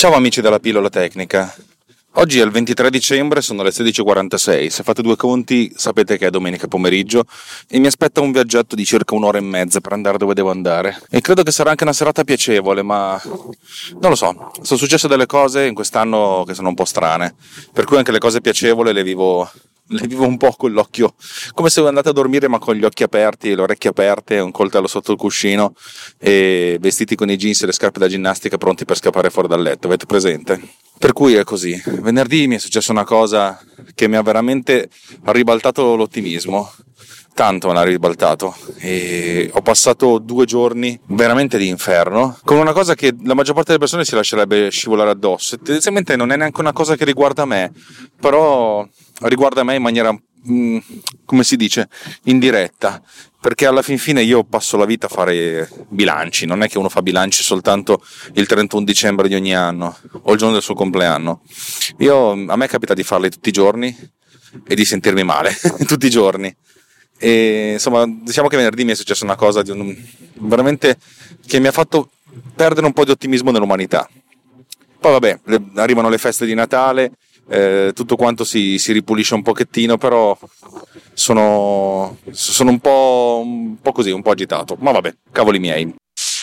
Ciao amici della pillola tecnica. Oggi è il 23 dicembre, sono le 16:46. Se fate due conti sapete che è domenica pomeriggio e mi aspetta un viaggetto di circa un'ora e mezza per andare dove devo andare. E credo che sarà anche una serata piacevole, ma non lo so. Sono successe delle cose in quest'anno che sono un po' strane, per cui anche le cose piacevoli le vivo un po' con l'occhio, come se andate a dormire ma con gli occhi aperti e le orecchie aperte, un coltello sotto il cuscino e vestiti con i jeans e le scarpe da ginnastica pronti per scappare fuori dal letto, avete presente? Per cui è così. Venerdì mi è successa una cosa che mi ha veramente ribaltato l'ottimismo, tanto me l'ha ribaltato, e ho passato 2 giorni veramente di inferno con una cosa che la maggior parte delle persone si lascerebbe scivolare addosso. Tendenzialmente non è neanche una cosa che riguarda me, però riguarda me in maniera, come si dice, indiretta, perché alla fin fine io passo la vita a fare bilanci. Non è che uno fa bilanci soltanto il 31 dicembre di ogni anno o il giorno del suo compleanno. A me capita di farli tutti i giorni e di sentirmi male tutti i giorni. E insomma, diciamo che venerdì mi è successa una cosa veramente che mi ha fatto perdere un po' di ottimismo nell'umanità. Poi vabbè, arrivano le feste di Natale, tutto quanto si ripulisce un pochettino, però sono un po' così, un po' agitato, ma vabbè, cavoli miei.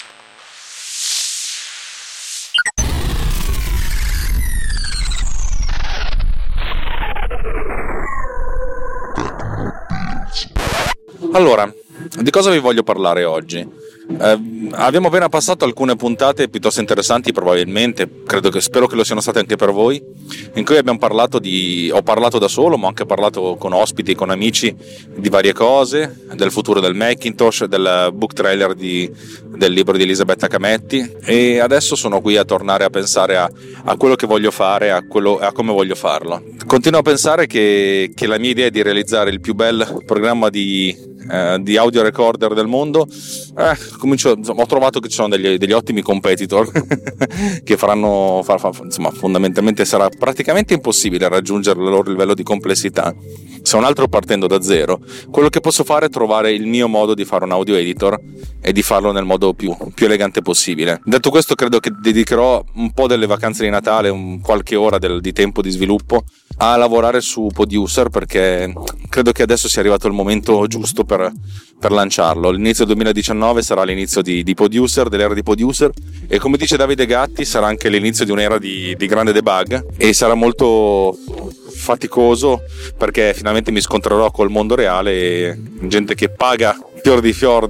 Allora, di cosa vi voglio parlare oggi? Abbiamo appena passato alcune puntate piuttosto interessanti, probabilmente, spero che lo siano state anche per voi, in cui ho parlato da solo, ma ho anche parlato con ospiti, con amici di varie cose, del futuro del Macintosh, del book trailer del libro di Elisabetta Cametti, e adesso sono qui a tornare a pensare a quello che voglio fare, a come voglio farlo. Continuo a pensare che la mia idea è di realizzare il più bel programma di audio recorder del mondo. Ho trovato che ci sono degli ottimi competitor che faranno insomma, fondamentalmente sarà praticamente impossibile raggiungere il loro livello di complessità se un altro partendo da zero. Quello che posso fare è trovare il mio modo di fare un audio editor e di farlo nel modo più elegante possibile. Detto questo, credo che dedicherò un po' delle vacanze di Natale, qualche ora di tempo di sviluppo a lavorare su Poduser, perché credo che adesso sia arrivato il momento giusto per lanciarlo. L'inizio 2019 sarà l'inizio di Poduser, dell'era di Poduser, e come dice Davide Gatti sarà anche l'inizio di un'era di grande debug, e sarà molto faticoso perché finalmente mi scontrerò col mondo reale e gente che paga fior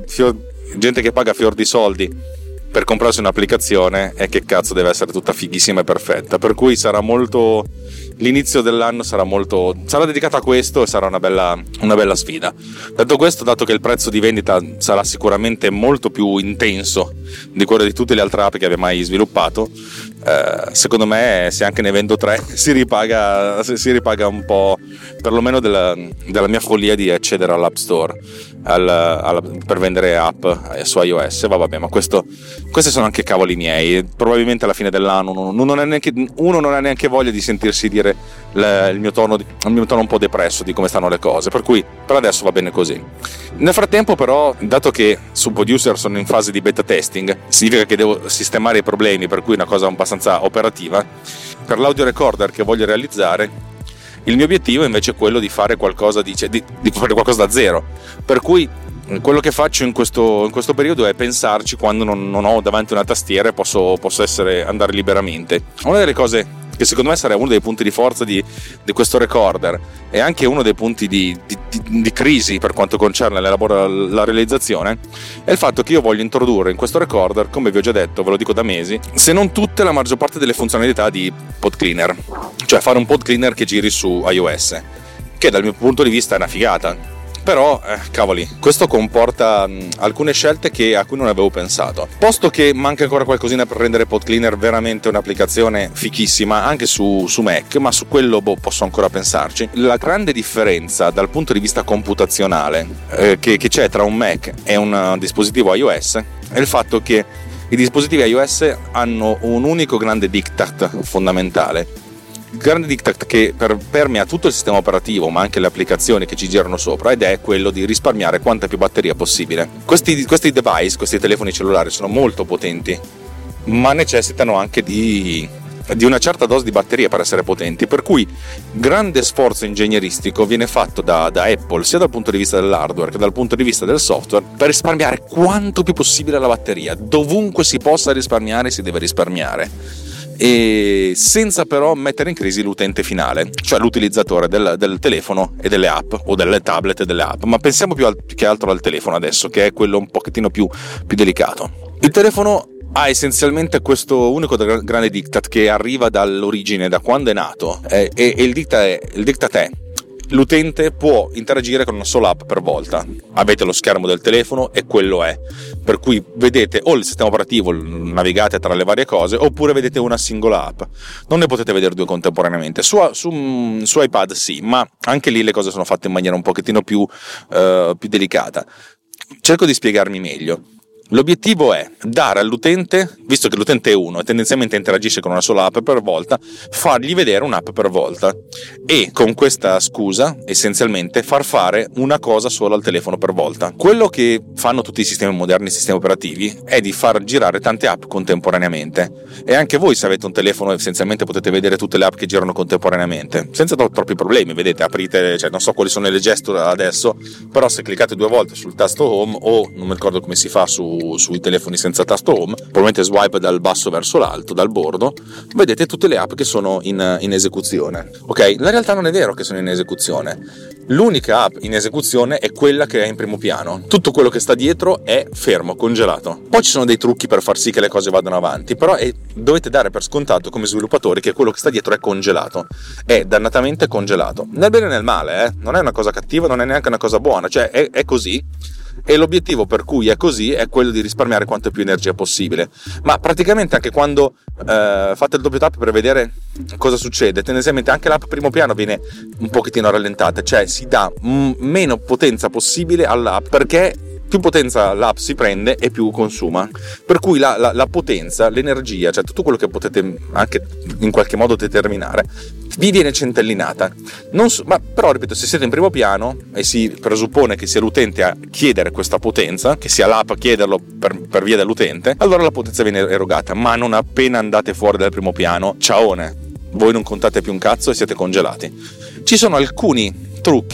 di soldi per comprarsi un'applicazione, e che cazzo deve essere tutta fighissima e perfetta. Per cui l'inizio dell'anno sarà dedicato a questo e sarà una bella sfida. Detto questo, dato che il prezzo di vendita sarà sicuramente molto più intenso di quello di tutte le altre app che abbia mai sviluppato, secondo me, se anche ne vendo 3 si ripaga un po', perlomeno della mia follia di accedere all'App Store per vendere app su iOS. Vabbè, ma questi sono anche cavoli miei. Probabilmente alla fine dell'anno uno non ha neanche voglia di sentirsi dire il mio tono un po' depresso di come stanno le cose, per cui per adesso va bene così. Nel frattempo però, dato che su Poduser sono in fase di beta testing, significa che devo sistemare i problemi, per cui è una cosa abbastanza operativa. Per l'audio recorder che voglio realizzare, il mio obiettivo invece è quello di fare qualcosa di fare qualcosa da zero, per cui quello che faccio in questo periodo è pensarci quando non ho davanti una tastiera e posso andare liberamente. Una delle cose che secondo me sarà uno dei punti di forza di questo recorder, e anche uno dei punti di crisi per quanto concerne la realizzazione, è il fatto che io voglio introdurre in questo recorder, come vi ho già detto, ve lo dico da mesi, se non tutte, la maggior parte delle funzionalità di Pod Cleaner, cioè fare un Pod Cleaner che giri su iOS, che dal mio punto di vista è una figata. Però, cavoli, questo comporta alcune scelte a cui non avevo pensato. Posto che manca ancora qualcosina per rendere Pod Cleaner veramente un'applicazione fichissima anche su Mac, ma su quello posso ancora pensarci. La grande differenza dal punto di vista computazionale che c'è tra un Mac e un dispositivo iOS è il fatto che i dispositivi iOS hanno un unico grande diktat fondamentale. Il grande diktat che permea tutto il sistema operativo, ma anche le applicazioni che ci girano sopra, ed è quello di risparmiare quanta più batteria possibile. Questi device, questi telefoni cellulari sono molto potenti, ma necessitano anche di di una certa dose di batteria per essere potenti, per cui grande sforzo ingegneristico viene fatto da Apple, sia dal punto di vista dell'hardware che dal punto di vista del software, per risparmiare quanto più possibile la batteria. Dovunque si possa risparmiare si deve risparmiare, e senza però mettere in crisi l'utente finale, cioè l'utilizzatore del telefono e delle app, o delle tablet e delle app. Ma pensiamo più che altro al telefono adesso, che è quello un pochettino più delicato. Il telefono ha essenzialmente questo unico grande diktat che arriva dall'origine, da quando è nato, e il diktat è: l'utente può interagire con una sola app per volta. Avete lo schermo del telefono e quello è, per cui vedete o il sistema operativo, navigate tra le varie cose, oppure vedete una singola app. Non ne potete vedere due contemporaneamente. Su iPad sì, ma anche lì le cose sono fatte in maniera un pochettino più delicata. Cerco di spiegarmi meglio. L'obiettivo è dare all'utente, visto che l'utente è uno e tendenzialmente interagisce con una sola app per volta, fargli vedere un'app per volta, e con questa scusa essenzialmente far fare una cosa sola al telefono per volta. Quello che fanno tutti i sistemi moderni, i sistemi operativi, è di far girare tante app contemporaneamente, e anche voi, se avete un telefono, essenzialmente potete vedere tutte le app che girano contemporaneamente senza troppi problemi. Vedete, aprite, non so quali sono le gesture adesso, però se cliccate 2 volte sul tasto home, o non mi ricordo come si fa sui telefoni senza tasto home, probabilmente swipe dal basso verso l'alto, dal bordo, vedete tutte le app che sono in esecuzione. Ok, la realtà non è vero che sono in esecuzione. L'unica app in esecuzione è quella che è in primo piano. Tutto quello che sta dietro è fermo, congelato. Poi ci sono dei trucchi per far sì che le cose vadano avanti, però dovete dare per scontato come sviluppatori che quello che sta dietro è congelato, è dannatamente congelato, nel bene e nel male, non è una cosa cattiva, non è neanche una cosa buona, cioè è così. E l'obiettivo per cui è così è quello di risparmiare quanto più energia possibile. Ma praticamente anche quando fate il doppio tap per vedere cosa succede, tendenzialmente anche l'app primo piano viene un pochettino rallentata, cioè si dà meno potenza possibile all'app, perché più potenza l'app si prende e più consuma, per cui la potenza, l'energia, cioè tutto quello che potete anche in qualche modo determinare, vi viene centellinata. Ma però, ripeto, se siete in primo piano e si presuppone che sia l'utente a chiedere questa potenza, che sia l'app a chiederlo per via dell'utente, allora la potenza viene erogata. Ma non appena andate fuori dal primo piano, ciaone, voi non contate più un cazzo e siete congelati. Ci sono alcuni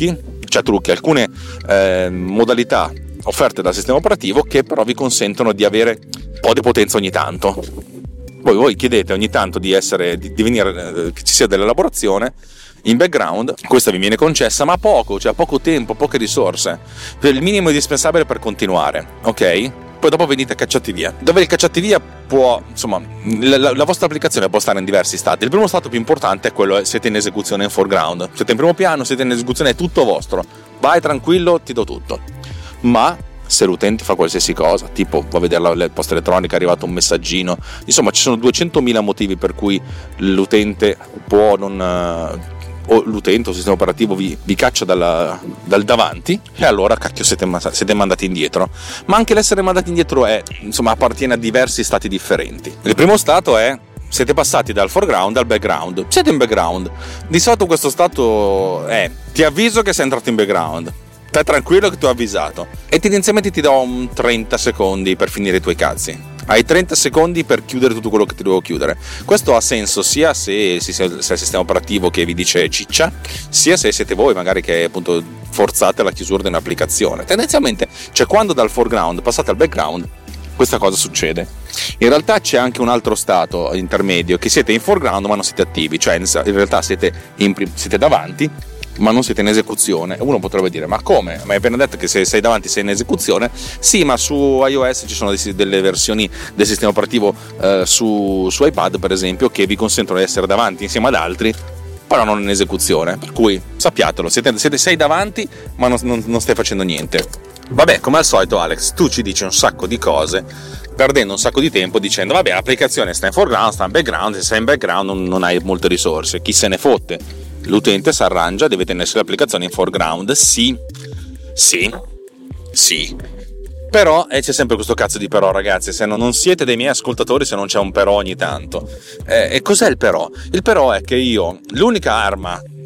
alcune modalità offerte dal sistema operativo che però vi consentono di avere un po' di potenza ogni tanto. Voi chiedete ogni tanto di venire, che ci sia dell'elaborazione in background, questa vi viene concessa, ma poco tempo, poche risorse, il minimo indispensabile per continuare, ok? Poi dopo venite cacciati via. Dove il cacciati via può, insomma, la vostra applicazione può stare in diversi stati. Il primo stato più importante è quello: siete in esecuzione in foreground, siete in primo piano, siete in esecuzione, è tutto vostro, vai tranquillo, ti do tutto. Ma se l'utente fa qualsiasi cosa, tipo va a vedere la posta elettronica, è arrivato un messaggino, insomma ci sono 200.000 motivi per cui l'utente può non o l'utente o il sistema operativo vi caccia dal davanti, e allora cacchio siete mandati indietro. Ma anche l'essere mandati indietro appartiene a diversi stati differenti. Il primo stato è: siete passati dal foreground al background, siete in background. Di solito questo stato è: ti avviso che sei entrato in background, stai tranquillo che ti ho avvisato, e tendenzialmente ti do 30 secondi per finire i tuoi cazzi. Hai 30 secondi per chiudere tutto quello che ti devo chiudere. Questo ha senso sia se il sistema operativo che vi dice ciccia, sia se siete voi magari che appunto forzate la chiusura di un'applicazione. Tendenzialmente, quando dal foreground passate al background, questa cosa succede. In realtà c'è anche un altro stato intermedio, che siete in foreground ma non siete attivi, cioè in realtà siete davanti ma non siete in esecuzione. Uno potrebbe dire: ma come? Ma hai appena detto che se sei davanti sei in esecuzione. Sì, ma su iOS ci sono delle versioni del sistema operativo su iPad, per esempio, che vi consentono di essere davanti insieme ad altri, però non in esecuzione. Per cui sappiatelo, sei davanti ma non stai facendo niente. Vabbè, come al solito Alex, tu ci dici un sacco di cose perdendo un sacco di tempo dicendo: vabbè, l'applicazione sta in foreground, sta in background, se sei in background non hai molte risorse. Chi se ne fotte? L'utente si arrangia, deve tenersi l'applicazione in foreground. Sì, però c'è sempre questo cazzo di però, ragazzi. Se non siete dei miei ascoltatori, se non c'è un però ogni tanto. E cos'è il però? Il però è che l'unica arma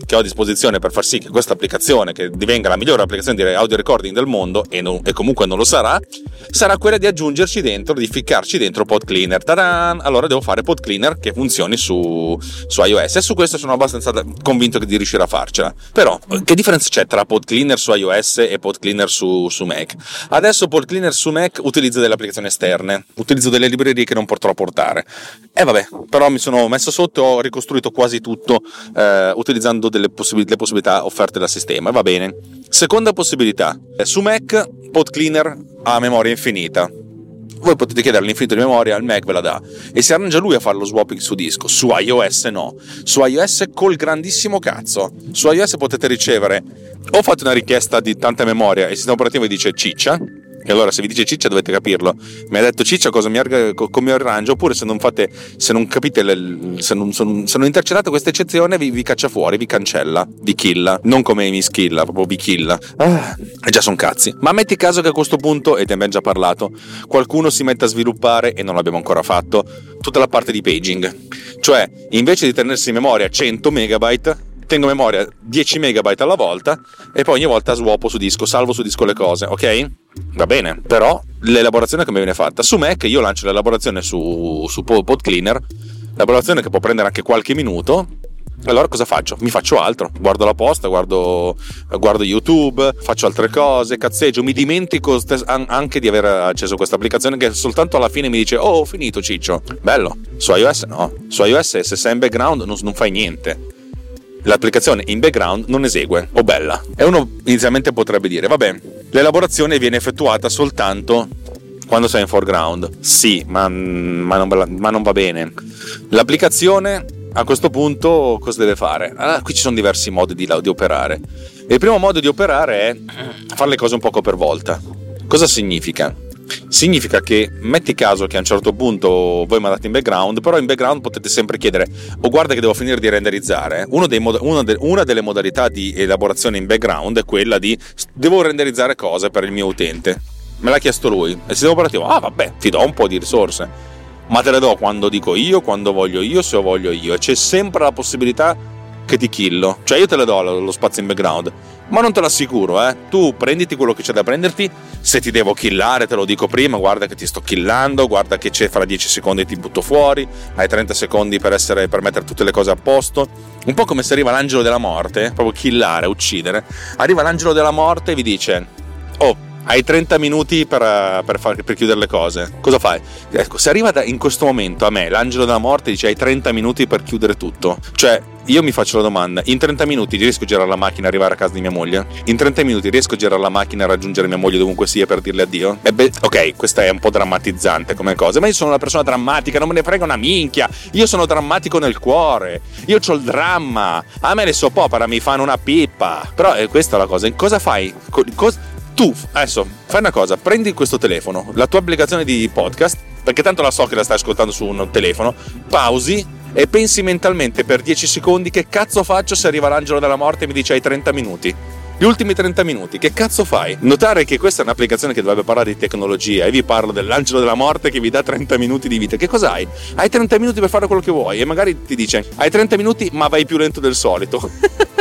che ho a disposizione per far sì che questa applicazione, che divenga la migliore applicazione di audio recording del mondo, e comunque non lo sarà quella di aggiungerci dentro, di ficcarci dentro Pod Cleaner. Ta-dan! Allora devo fare Pod Cleaner che funzioni su iOS, e su questo sono abbastanza convinto di riuscire a farcela. Però che differenza c'è tra Pod Cleaner su iOS e Pod Cleaner su Mac? Adesso Pod Cleaner su Mac utilizza delle applicazioni esterne, utilizzo delle librerie che non potrò portare, e vabbè, però mi sono messo sotto, ho ricostruito quasi tutto utilizzando le possibilità offerte dal sistema, va bene. Seconda possibilità, su Mac Pod Cleaner ha memoria infinita. Voi potete chiedere l'infinito di memoria, il Mac ve la dà e si arrangia lui a fare lo swapping su disco. Su iOS no, su iOS col grandissimo cazzo. Su iOS potete ricevere, o fate una richiesta di tanta memoria e il sistema operativo vi dice ciccia, e allora se vi dice ciccia dovete capirlo, mi ha detto ciccia cosa come arrangio, oppure se non capite, se non intercettate questa eccezione vi caccia fuori, vi cancella, vi killa, non come mi skilla, proprio vi killa. E già son cazzi. Ma metti caso che a questo punto, e te ne abbiamo già parlato, qualcuno si mette a sviluppare, e non l'abbiamo ancora fatto, tutta la parte di paging, cioè invece di tenersi in memoria 100 megabyte tengo memoria 10 megabyte alla volta e poi ogni volta swappo su disco, salvo su disco le cose, ok? Va bene, però l'elaborazione come viene fatta? Su Mac io lancio l'elaborazione su Pod Cleaner, l'elaborazione che può prendere anche qualche minuto. Allora cosa faccio? Mi faccio altro, guardo la posta, guardo YouTube, faccio altre cose, cazzeggio, mi dimentico anche di aver acceso questa applicazione che soltanto alla fine mi dice oh, ho finito ciccio. Bello. Su iOS no, su iOS se sei in background non fai niente, l'applicazione in background non esegue. O bella. E uno inizialmente potrebbe dire vabbè, l'elaborazione viene effettuata soltanto quando sei in foreground. Sì, ma non va bene. L'applicazione a questo punto cosa deve fare? Qui ci sono diversi modi di operare. Il primo modo di operare è fare le cose un poco per volta. Cosa significa? Significa che metti caso che a un certo punto voi mandate in background, però in background potete sempre chiedere guarda che devo finire di renderizzare. Una delle modalità di elaborazione in background è quella di devo renderizzare cose per il mio utente, me l'ha chiesto lui, e il sistema operativo vabbè, ti do un po' di risorse, ma te le do quando dico io, quando voglio io, se voglio io, e c'è sempre la possibilità che ti killo. Cioè io te le do lo spazio in background, ma non te l'assicuro, tu prenditi quello che c'è da prenderti. Se ti devo killare te lo dico prima, guarda che ti sto killando, guarda che c'è fra 10 secondi ti butto fuori, hai 30 secondi per mettere tutte le cose a posto. Un po' come se arriva l'angelo della morte, proprio killare, uccidere, arriva l'angelo della morte e vi dice hai 30 minuti per chiudere le cose. Cosa fai? Ecco, se arriva in questo momento a me l'angelo della morte dice hai 30 minuti per chiudere tutto, cioè io mi faccio la domanda: in 30 minuti riesco a girare la macchina e arrivare a casa di mia moglie? In 30 minuti riesco a girare la macchina e raggiungere mia moglie dovunque sia per dirle addio? Ok, questa è un po' drammatizzante come cosa, ma io sono una persona drammatica, non me ne frega una minchia, io sono drammatico nel cuore, io c'ho il dramma, a me le soap opera mi fanno una pippa. Però questa è la cosa. Cosa fai? Tu adesso fai una cosa, prendi questo telefono, la tua applicazione di podcast, perché tanto la so che la stai ascoltando su un telefono, pausi e pensi mentalmente per 10 secondi che cazzo faccio se arriva l'angelo della morte e mi dice hai 30 minuti. Gli ultimi 30 minuti, che cazzo fai? Notare che questa è un'applicazione che dovrebbe parlare di tecnologia e vi parlo dell'angelo della morte che vi dà 30 minuti di vita. Che cos'hai? Hai 30 minuti per fare quello che vuoi e magari ti dice hai 30 minuti ma vai più lento del solito.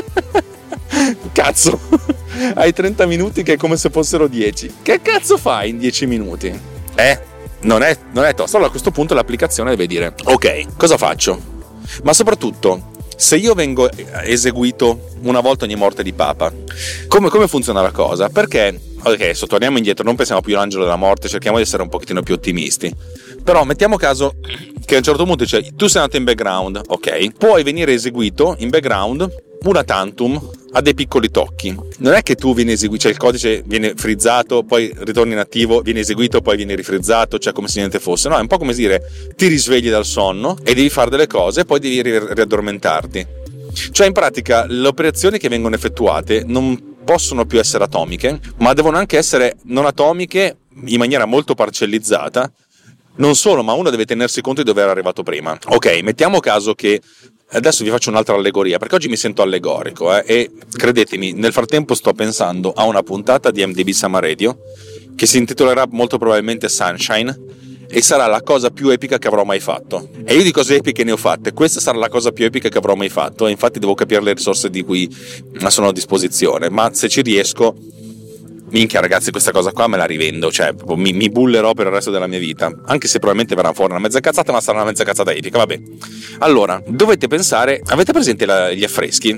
Cazzo, hai 30 minuti che è come se fossero 10. Che cazzo fai in 10 minuti? Non è tosto. Allora a questo punto l'applicazione deve dire ok, cosa faccio? Ma soprattutto, se io vengo eseguito una volta ogni morte di papa, come funziona la cosa? Perché, ok, adesso torniamo indietro, non pensiamo più all'angelo della morte, cerchiamo di essere un pochettino più ottimisti. Però mettiamo caso che a un certo punto tu sei andato in background, ok? Puoi venire eseguito in background una tantum a dei piccoli tocchi. Non è che tu vieni eseguito, cioè il codice viene frizzato, poi ritorni in attivo, viene eseguito, poi viene rifrizzato, cioè come se niente fosse. No, è un po' come dire ti risvegli dal sonno e devi fare delle cose e poi devi riaddormentarti. Cioè in pratica le operazioni che vengono effettuate non possono più essere atomiche, ma devono anche essere non atomiche in maniera molto parcellizzata. Non solo, ma uno deve tenersi conto di dove era arrivato prima. Ok, mettiamo caso che adesso vi faccio un'altra allegoria, perché oggi mi sento allegorico e credetemi, nel frattempo sto pensando a una puntata di MDB Summer Radio che si intitolerà molto probabilmente Sunshine e sarà la cosa più epica che avrò mai fatto. E io di cose epiche ne ho fatte, questa sarà la cosa più epica che avrò mai fatto, e infatti devo capire le risorse di cui sono a disposizione, ma se ci riesco, minchia ragazzi, questa cosa qua me la rivendo, cioè mi bullerò per il resto della mia vita, anche se probabilmente verrà fuori una mezza cazzata, ma sarà una mezza cazzata epica, vabbè. Allora, dovete pensare, avete presente gli affreschi?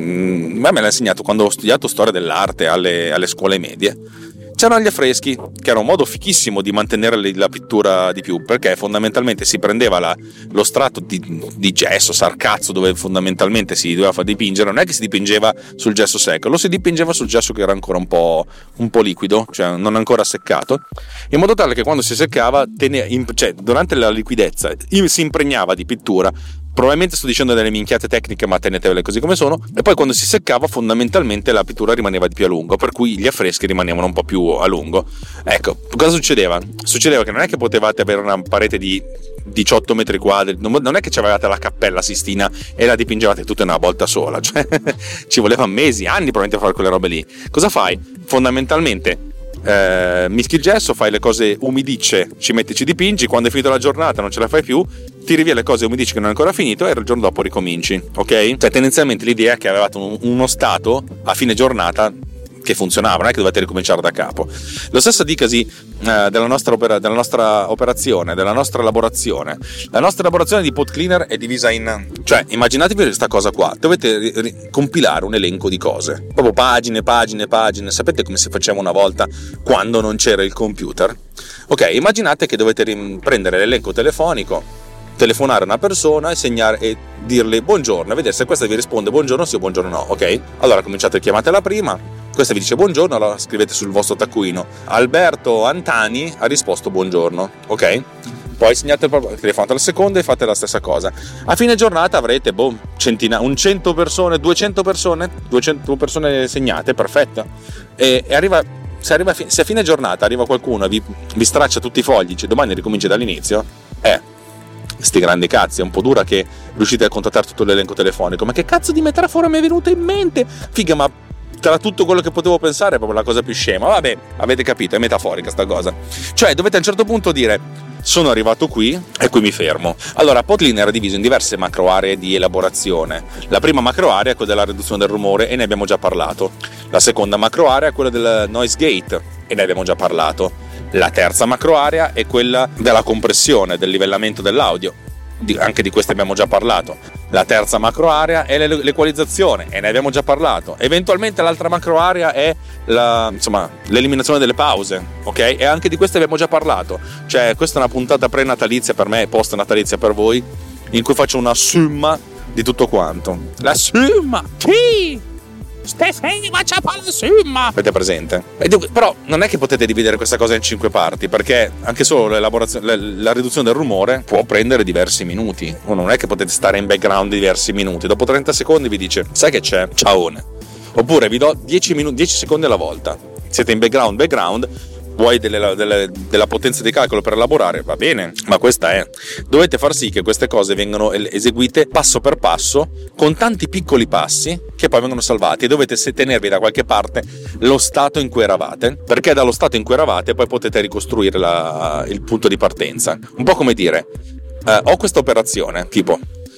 Me l'ha insegnato quando ho studiato storia dell'arte alle scuole medie. C'erano gli affreschi, che era un modo fichissimo di mantenere la pittura di più, perché fondamentalmente si prendeva lo strato di gesso, sarcazzo, dove fondamentalmente si doveva far dipingere, non è che si dipingeva sul gesso secco, lo si dipingeva sul gesso che era ancora un po' liquido, cioè non ancora seccato, in modo tale che quando si seccava, cioè durante la liquidezza, si impregnava di pittura. Probabilmente sto dicendo delle minchiate tecniche, ma tenetevele così come sono. E poi quando si seccava, fondamentalmente la pittura rimaneva di più a lungo, per cui gli affreschi rimanevano un po' più a lungo. Ecco, cosa succedeva? Succedeva che non è che potevate avere una parete di 18 metri quadri, non è che avevate la Cappella Sistina e la dipingevate tutta in una volta sola, cioè ci voleva mesi, anni probabilmente a fare quelle robe lì. Cosa fai? Fondamentalmente mischi il gesso, fai le cose umidicce, ci dipingi, quando è finita la giornata non ce la fai più, tiri via le cose umidicce che non è ancora finito e il giorno dopo ricominci, ok? Cioè tendenzialmente l'idea è che avevate uno stato a fine giornata che funzionava, non è che dovete ricominciare da capo. Lo stesso dicasi della nostra operazione, della nostra elaborazione. La nostra elaborazione di pod cleaner è divisa in, cioè immaginatevi questa cosa qua, dovete compilare un elenco di cose, proprio pagine, sapete come si faceva una volta quando non c'era il computer? Ok, immaginate che dovete prendere l'elenco telefonico, telefonare a una persona e dirle buongiorno, e vedere se questa vi risponde buongiorno sì o buongiorno no, ok? Allora cominciate, chiamatela prima, questa vi dice buongiorno, allora scrivete sul vostro taccuino Alberto Antani ha risposto buongiorno, ok? Poi segnate il telefono alla seconda e fate la stessa cosa. A fine giornata avrete 100 persone, 200 persone segnate, perfetto. E se a fine giornata arriva qualcuno e vi straccia tutti i fogli, dice domani ricominci dall'inizio, sti grandi cazzi, è un po' dura che riuscite a contattare tutto l'elenco telefonico. Ma che cazzo di metafora mi è venuta in mente? Figa, ma tra tutto quello che potevo pensare è proprio la cosa più scema. Vabbè, avete capito, è metaforica sta cosa. Cioè dovete a un certo punto dire sono arrivato qui e qui mi fermo. Allora, pod cleaner è diviso in diverse macro aree di elaborazione. La prima macro area è quella della riduzione del rumore e ne abbiamo già parlato. La seconda macro area è quella del noise gate e ne abbiamo già parlato. La terza macro area è quella della compressione, del livellamento dell'audio. Anche di queste abbiamo già parlato. La terza macro area è l'equalizzazione e ne abbiamo già parlato. Eventualmente l'altra macro area è l'eliminazione delle pause, ok? E anche di queste abbiamo già parlato. Cioè questa è una puntata pre-natalizia per me e post-natalizia per voi, in cui faccio una somma di tutto quanto. La somma! Chi? Stefani, faccia la somma! Avete presente? Però non è che potete dividere questa cosa in 5 parti, perché anche solo la riduzione del rumore può prendere diversi minuti. Non è che potete stare in background diversi minuti. Dopo 30 secondi vi dice sai che c'è? Ciaone. Oppure vi do 10 secondi alla volta. Siete in background, vuoi della potenza di calcolo per elaborare, va bene, ma questa è. Dovete far sì che queste cose vengano eseguite passo per passo, con tanti piccoli passi che poi vengono salvati, e dovete tenervi da qualche parte lo stato in cui eravate, perché dallo stato in cui eravate poi potete ricostruire il punto di partenza. Un po' come dire, ho questa operazione, tipo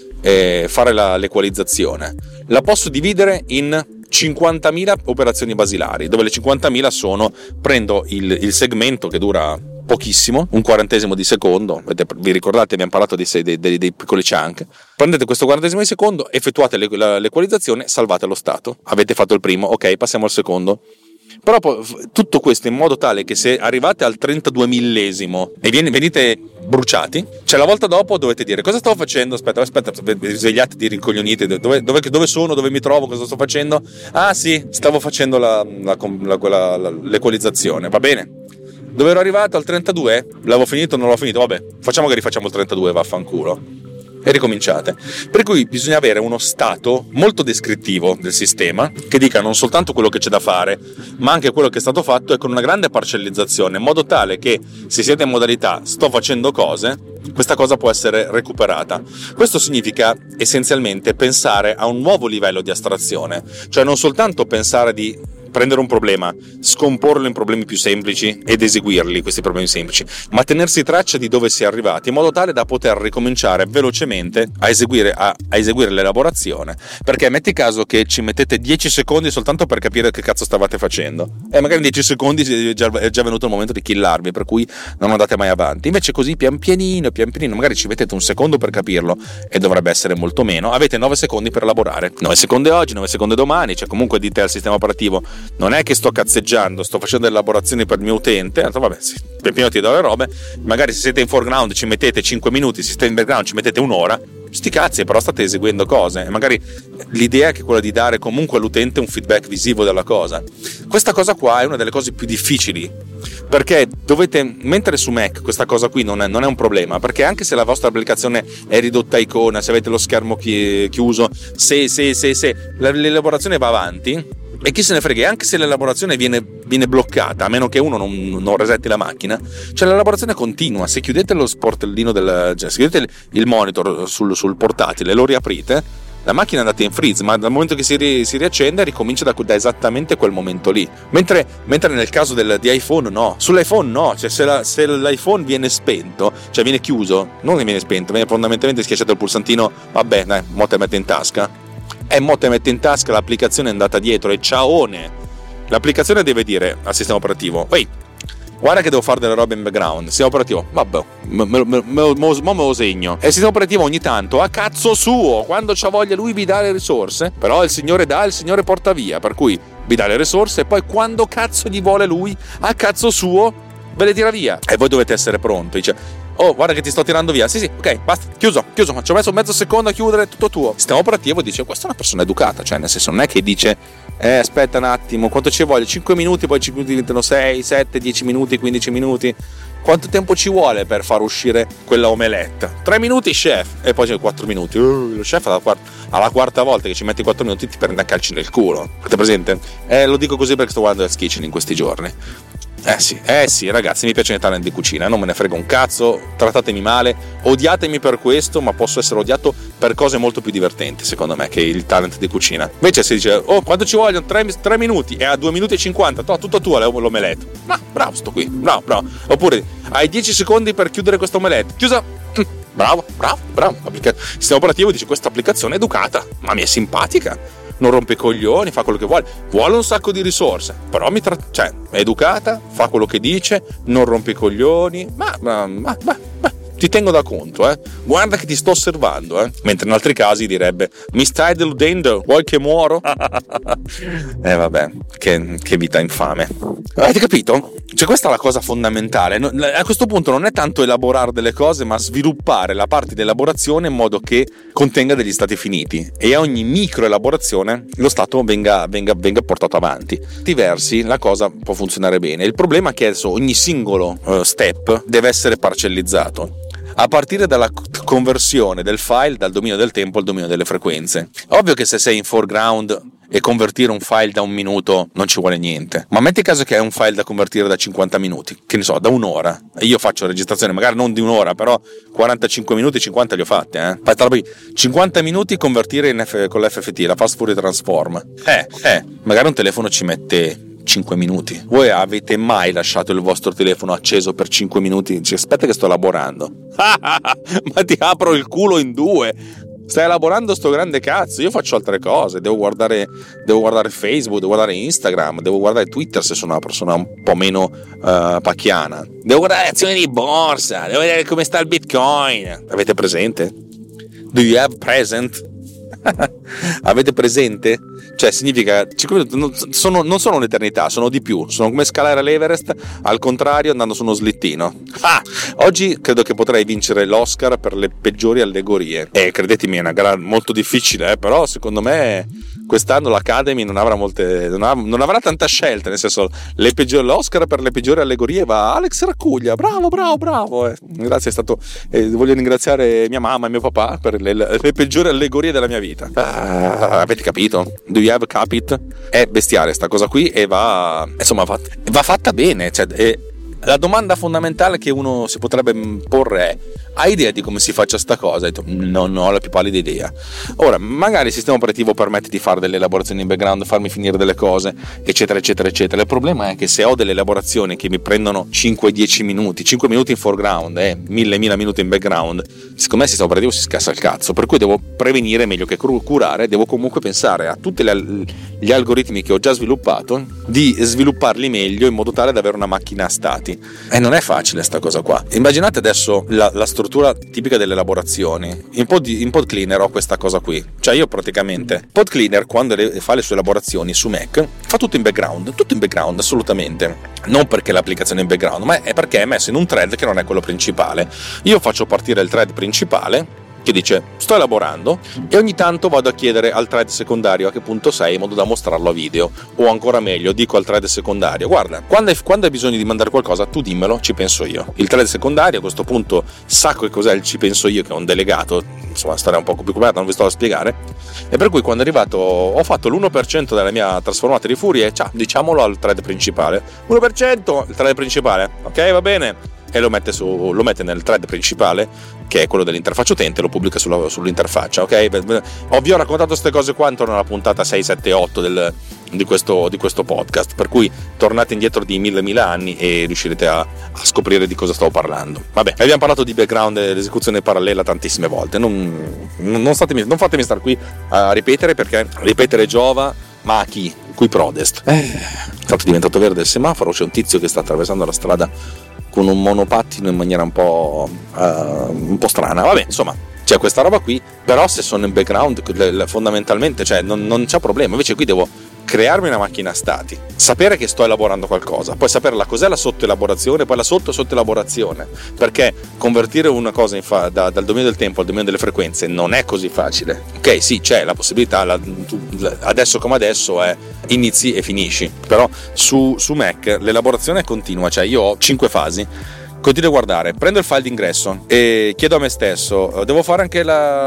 fare l'equalizzazione, la posso dividere in 50.000 operazioni basilari, dove le 50.000 sono: prendo il segmento che dura pochissimo, un 40esimo di secondo, vi ricordate abbiamo parlato dei piccoli chunk, prendete questo 40esimo di secondo, effettuate l'equalizzazione, salvate lo stato, avete fatto il primo, ok, passiamo al secondo. Però tutto questo in modo tale che se arrivate al 32 millesimo e venite bruciati, cioè la volta dopo dovete dire cosa stavo facendo, aspetta, vi svegliate di rincoglioniti, dove sono, dove mi trovo, cosa sto facendo? Ah sì, stavo facendo l'equalizzazione, va bene. Dove ero arrivato al 32? L'avevo finito, non l'ho finito, vabbè, facciamo che rifacciamo il 32, vaffanculo. E ricominciate. Per cui bisogna avere uno stato molto descrittivo del sistema, che dica non soltanto quello che c'è da fare, ma anche quello che è stato fatto, e con una grande parcellizzazione, in modo tale che se siete in modalità sto facendo cose, questa cosa può essere recuperata. Questo significa essenzialmente pensare a un nuovo livello di astrazione, cioè non soltanto pensare di prendere un problema, scomporlo in problemi più semplici ed eseguirli, questi problemi semplici, ma tenersi traccia di dove si è arrivati in modo tale da poter ricominciare velocemente a eseguire l'elaborazione. Perché metti caso che ci mettete 10 secondi soltanto per capire che cazzo stavate facendo, e magari in 10 secondi è già venuto il momento di killarvi, per cui non andate mai avanti. Invece così pian pianino, magari ci mettete un secondo per capirlo, e dovrebbe essere molto meno, avete 9 secondi per elaborare, 9 secondi oggi, 9 secondi domani, cioè comunque dite al sistema operativo: non è che sto cazzeggiando, sto facendo delle elaborazioni per il mio utente, allora, vabbè, sì, pian piano ti do le robe, magari se siete in foreground ci mettete 5 minuti, se siete in background ci mettete un'ora, sti cazzi, però state eseguendo cose, e magari l'idea è che quella di dare comunque all'utente un feedback visivo della cosa. Questa cosa qua è una delle cose più difficili, perché mentre su Mac questa cosa qui non è un problema, perché anche se la vostra applicazione è ridotta a icona, se avete lo schermo chiuso, se l'elaborazione va avanti, e chi se ne frega, anche se l'elaborazione viene bloccata, a meno che uno non resetti la macchina, cioè l'elaborazione continua. Se chiudete lo sportellino se chiudete il monitor sul portatile e lo riaprite, la macchina è andata in freeze, ma dal momento che si riaccende ricomincia da esattamente quel momento lì. Mentre nel caso di iPhone no, sull'iPhone no, cioè se l'iPhone viene spento, cioè viene chiuso, non viene spento, viene fondamentalmente schiacciato il pulsantino, vabbè dai, mo te mette in tasca, l'applicazione è andata dietro e ciaone. L'applicazione deve dire al sistema operativo: ehi, guarda che devo fare delle robe in background. Il sistema operativo: vabbè, me lo segno. E il sistema operativo ogni tanto, a cazzo suo, quando c'ha voglia lui vi dà le risorse, però il signore dà, il signore porta via, per cui vi dà le risorse e poi quando cazzo gli vuole lui, a cazzo suo, ve le tira via. E voi dovete essere pronti. Dice: oh, guarda che ti sto tirando via. Sì, ok, basta, chiuso. Ci ho messo mezzo secondo a chiudere, tutto tuo. Il sistema operativo dice: questa è una persona educata, cioè nel senso non è che dice aspetta un attimo, quanto ci vuole? 5 minuti, poi 5 minuti diventano 6, 7, 10 minuti, 15 minuti. Quanto tempo ci vuole per far uscire quella omelette? 3 minuti, chef. E poi c'è 4 minuti. Lo chef alla quarta volta che ci metti 4 minuti ti prende a calci nel culo. Avete presente? Lo dico così perché sto guardando Hell's Kitchen in questi giorni. Sì, ragazzi, mi piace il talent di cucina, non me ne frega un cazzo, trattatemi male, odiatemi per questo, ma posso essere odiato per cose molto più divertenti, secondo me, che il talent di cucina. Invece si dice: oh, quanto ci vogliono? 3 minuti, e a 2 minuti e 50, tutto tuo l'omelette. Ma bravo sto qui, bravo. Oppure hai 10 secondi per chiudere questa omelette, chiusa. Bravo. Il sistema operativo dice: questa applicazione è educata, ma mi è simpatica, non rompe i coglioni, fa quello che vuole un sacco di risorse, però è educata, fa quello che dice, non rompe i coglioni, ma ti tengo da conto, guarda che ti sto osservando, mentre in altri casi direbbe: mi stai deludendo, vuoi che muoro? Vabbè, che vita infame. Avete capito? Cioè questa è la cosa fondamentale. A questo punto non è tanto elaborare delle cose, ma sviluppare la parte di elaborazione in modo che contenga degli stati finiti, e a ogni micro elaborazione lo stato venga portato avanti. Diversi la cosa può funzionare bene. Il problema è che adesso ogni singolo step deve essere parcellizzato, a partire dalla conversione del file dal dominio del tempo al dominio delle frequenze. Ovvio che se sei in foreground e convertire un file da 1 minuto non ci vuole niente, ma metti caso che hai un file da convertire da 50 minuti, che ne so, da 1 ora, e io faccio registrazione magari non di 1 ora, però 45 minuti, 50 li ho fatte, 50 minuti convertire con l'FFT, la Fast Fourier Transform, magari un telefono ci mette 5 minuti. Voi avete mai lasciato il vostro telefono acceso per 5 minuti? Dice: aspetta che sto elaborando. Ma ti apro il culo in 2. Stai elaborando sto grande cazzo, io faccio altre cose, devo guardare Facebook, devo guardare Instagram, devo guardare Twitter se sono una persona un po' meno pacchiana, devo guardare azioni di borsa, devo vedere come sta il Bitcoin. Avete presente? Do you have present? Avete presente? Cioè significa 5 minuti non sono un'eternità, sono di più, sono come scalare l'Everest al contrario andando su uno slittino. Oggi credo che potrei vincere l'Oscar per le peggiori allegorie, credetemi è una gara molto difficile, però secondo me quest'anno l'Academy non avrà tanta scelta, nel senso l'Oscar per le peggiori allegorie va a Alex Raccuglia. Bravo. Grazie, è stato voglio ringraziare mia mamma e mio papà per le peggiori allegorie della mia vita. Avete capito? Do you have capit? È bestiale sta cosa qui, e va fatta bene, cioè la domanda fondamentale che uno si potrebbe porre è: hai idea di come si faccia sta cosa? Non ho la più pallida idea. Ora, magari il sistema operativo permette di fare delle elaborazioni in background, farmi finire delle cose, eccetera eccetera eccetera. Il problema è che se ho delle elaborazioni che mi prendono 5-10 minuti, 5 minuti in foreground e 1000 minuti in background, secondo me il sistema operativo si scassa il cazzo, per cui devo prevenire meglio che curare. Devo comunque pensare a tutti gli algoritmi che ho già sviluppato, di svilupparli meglio in modo tale da avere una macchina a stati, e non è facile sta cosa qua. Immaginate adesso la struttura tipica delle elaborazioni. In Pod Cleaner ho questa cosa qui, cioè io praticamente Pod Cleaner, quando fa le sue elaborazioni su Mac, fa tutto in background assolutamente, non perché l'applicazione è in background, ma è perché è messo in un thread che non è quello principale. Io faccio partire il thread principale che dice sto elaborando, e ogni tanto vado a chiedere al thread secondario a che punto sei, in modo da mostrarlo a video, o ancora meglio dico al thread secondario: guarda, quando hai bisogno di mandare qualcosa tu dimmelo, ci penso io. Il thread secondario a questo punto sa che cos'è il ci penso io, che è un delegato, insomma storia un po' più complicata, non vi sto a spiegare, e per cui quando è arrivato ho fatto l'1% della mia trasformata di Fourier, diciamolo al thread principale, 1% il thread principale, ok, va bene, e lo mette nel thread principale, che è quello dell'interfaccia utente, lo pubblica sull'interfaccia, ok? Vi ho raccontato queste cose qua intorno alla puntata 6, 7, 8 di questo podcast, per cui tornate indietro di mille anni e riuscirete a scoprire di cosa stavo parlando. Vabbè, abbiamo parlato di background e l'esecuzione parallela tantissime volte, non fatemi star qui a ripetere, perché ripetere giova, ma a chi? Cui prodest. Tanto è diventato verde il semaforo, c'è un tizio che sta attraversando la strada con un monopattino in maniera un po' strana. Vabbè, insomma, c'è questa roba qui, però se sono in background fondamentalmente, cioè non c'è problema. Invece qui devo crearmi una macchina a stati, sapere che sto elaborando qualcosa, poi sapere cos'è la sottoelaborazione, poi la sottoelaborazione, perché convertire una cosa dal dominio del tempo al dominio delle frequenze non è così facile. Ok, sì, c'è la possibilità, adesso come adesso è inizi e finisci, però su Mac l'elaborazione è continua, cioè io ho 5 fasi. Continuo a guardare, prendo il file d'ingresso e chiedo a me stesso: devo fare anche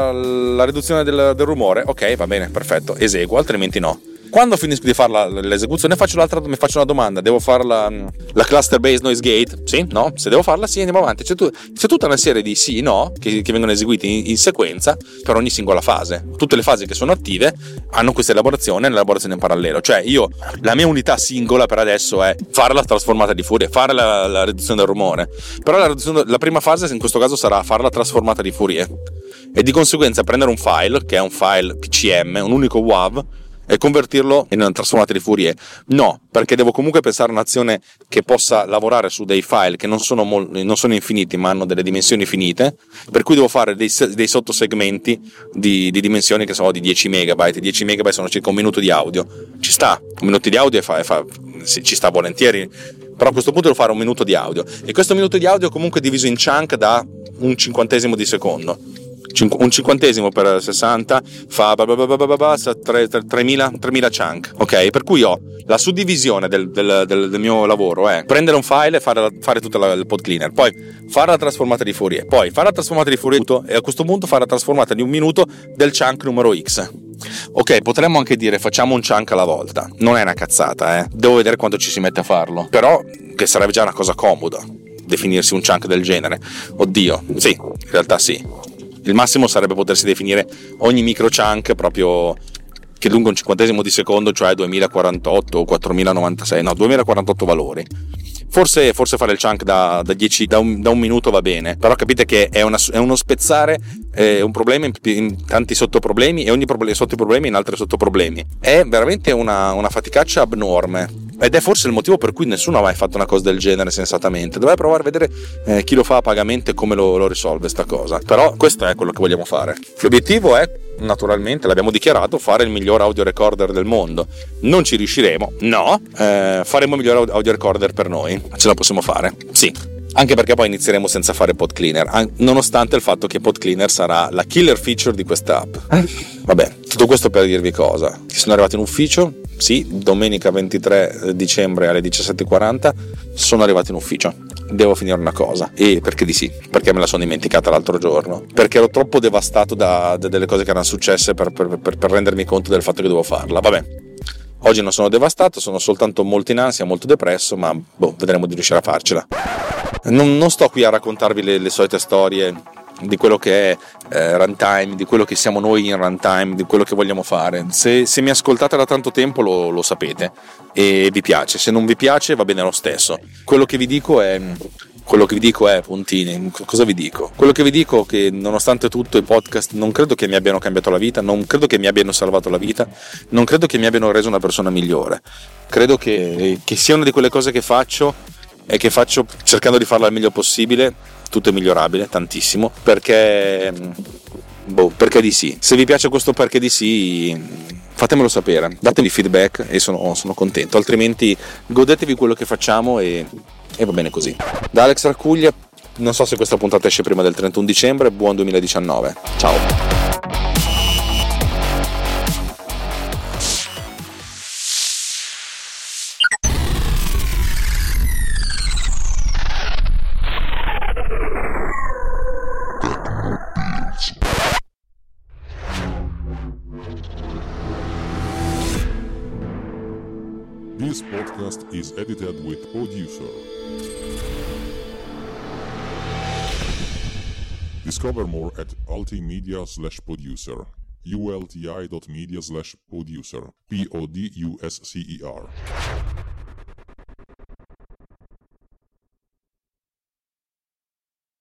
la riduzione del rumore? Ok, va bene, perfetto, eseguo, altrimenti no. Quando finisco di fare l'esecuzione mi faccio una domanda: devo fare la cluster based noise gate? Sì? No? Se devo farla, sì, andiamo avanti. C'è tutta una serie di sì, no, che vengono eseguiti in sequenza per ogni singola fase. Tutte le fasi che sono attive hanno questa elaborazione in parallelo. Cioè la mia unità singola per adesso è fare la trasformata di Fourier, fare la riduzione del rumore. Però la prima fase in questo caso sarà fare la trasformata di Fourier, e di conseguenza prendere un file, che è un file PCM, un unico WAV, e convertirlo in una trasformata di Fourier. No, perché devo comunque pensare a un'azione che possa lavorare su dei file che non sono infiniti, ma hanno delle dimensioni finite, per cui devo fare dei sottosegmenti di dimensioni che sono di 10 megabyte. 10 megabyte sono circa un minuto di audio. Ci sta, un minuto di audio ci sta volentieri, però a questo punto devo fare un minuto di audio, e questo minuto di audio comunque diviso in chunk da un cinquantesimo di secondo. Un cinquantesimo per 60 fa 3000 chunk, ok? Per cui ho la suddivisione del mio lavoro è prendere un file e fare tutta il pod cleaner, poi fare la trasformata di Fourier, poi fare la trasformata di Fourier, e a questo punto fare la trasformata di un minuto del chunk numero X. Ok, potremmo anche dire facciamo un chunk alla volta, non è una cazzata, devo vedere quanto ci si mette a farlo, però che sarebbe già una cosa comoda definirsi un chunk del genere. Oddio, sì, in realtà sì. Il massimo sarebbe potersi definire ogni micro chunk proprio che lungo un cinquantesimo di secondo, cioè 2048 o 4096, no, 2048 valori. Forse fare il chunk da un minuto va bene, però capite che è uno spezzare un problema in tanti sottoproblemi, e ogni sottoproblemi in altri sottoproblemi. È veramente una faticaccia abnorme, ed è forse il motivo per cui nessuno ha mai fatto una cosa del genere sensatamente. Dovrei provare a vedere chi lo fa a pagamento e come lo risolve sta cosa, però questo è quello che vogliamo fare. L'obiettivo è, naturalmente, l'abbiamo dichiarato, fare il miglior audio recorder del mondo. Non ci riusciremo, no, faremo il miglior audio recorder per noi. Ce la possiamo fare, sì, anche perché poi inizieremo senza fare pod cleaner, nonostante il fatto che pod cleaner sarà la killer feature di questa app. Vabbè, tutto questo per dirvi cosa: che sono arrivato in ufficio, sì, domenica 23 dicembre alle 17:40 sono arrivato in ufficio. Devo finire una cosa, e perché di sì, perché me la sono dimenticata l'altro giorno, perché ero troppo devastato da delle cose che erano successe per rendermi conto del fatto che dovevo farla. Vabbè, Oggi non sono devastato, sono soltanto molto in ansia, molto depresso, ma vedremo di riuscire a farcela. Non sto qui a raccontarvi le solite storie di quello che è runtime, di quello che siamo noi in runtime, di quello che vogliamo fare. Se mi ascoltate da tanto tempo lo sapete e vi piace, se non vi piace va bene lo stesso. Quello che vi dico è puntini, cosa vi dico? Quello che vi dico è che nonostante tutto i podcast non credo che mi abbiano cambiato la vita, non credo che mi abbiano salvato la vita, non credo che mi abbiano reso una persona migliore. Credo che sia una di quelle cose che faccio e che faccio cercando di farla al meglio possibile. Tutto è migliorabile, tantissimo, perché di sì. Se vi piace questo perché di sì, fatemelo sapere, datemi feedback e sono contento, altrimenti godetevi quello che facciamo e va bene così. Da Alex Raccuglia, non so se questa puntata esce prima del 31 dicembre, buon 2019, ciao! This podcast is edited with Producer. Discover more at ultimedia/producer. ulti.media/producer. PODUSCER.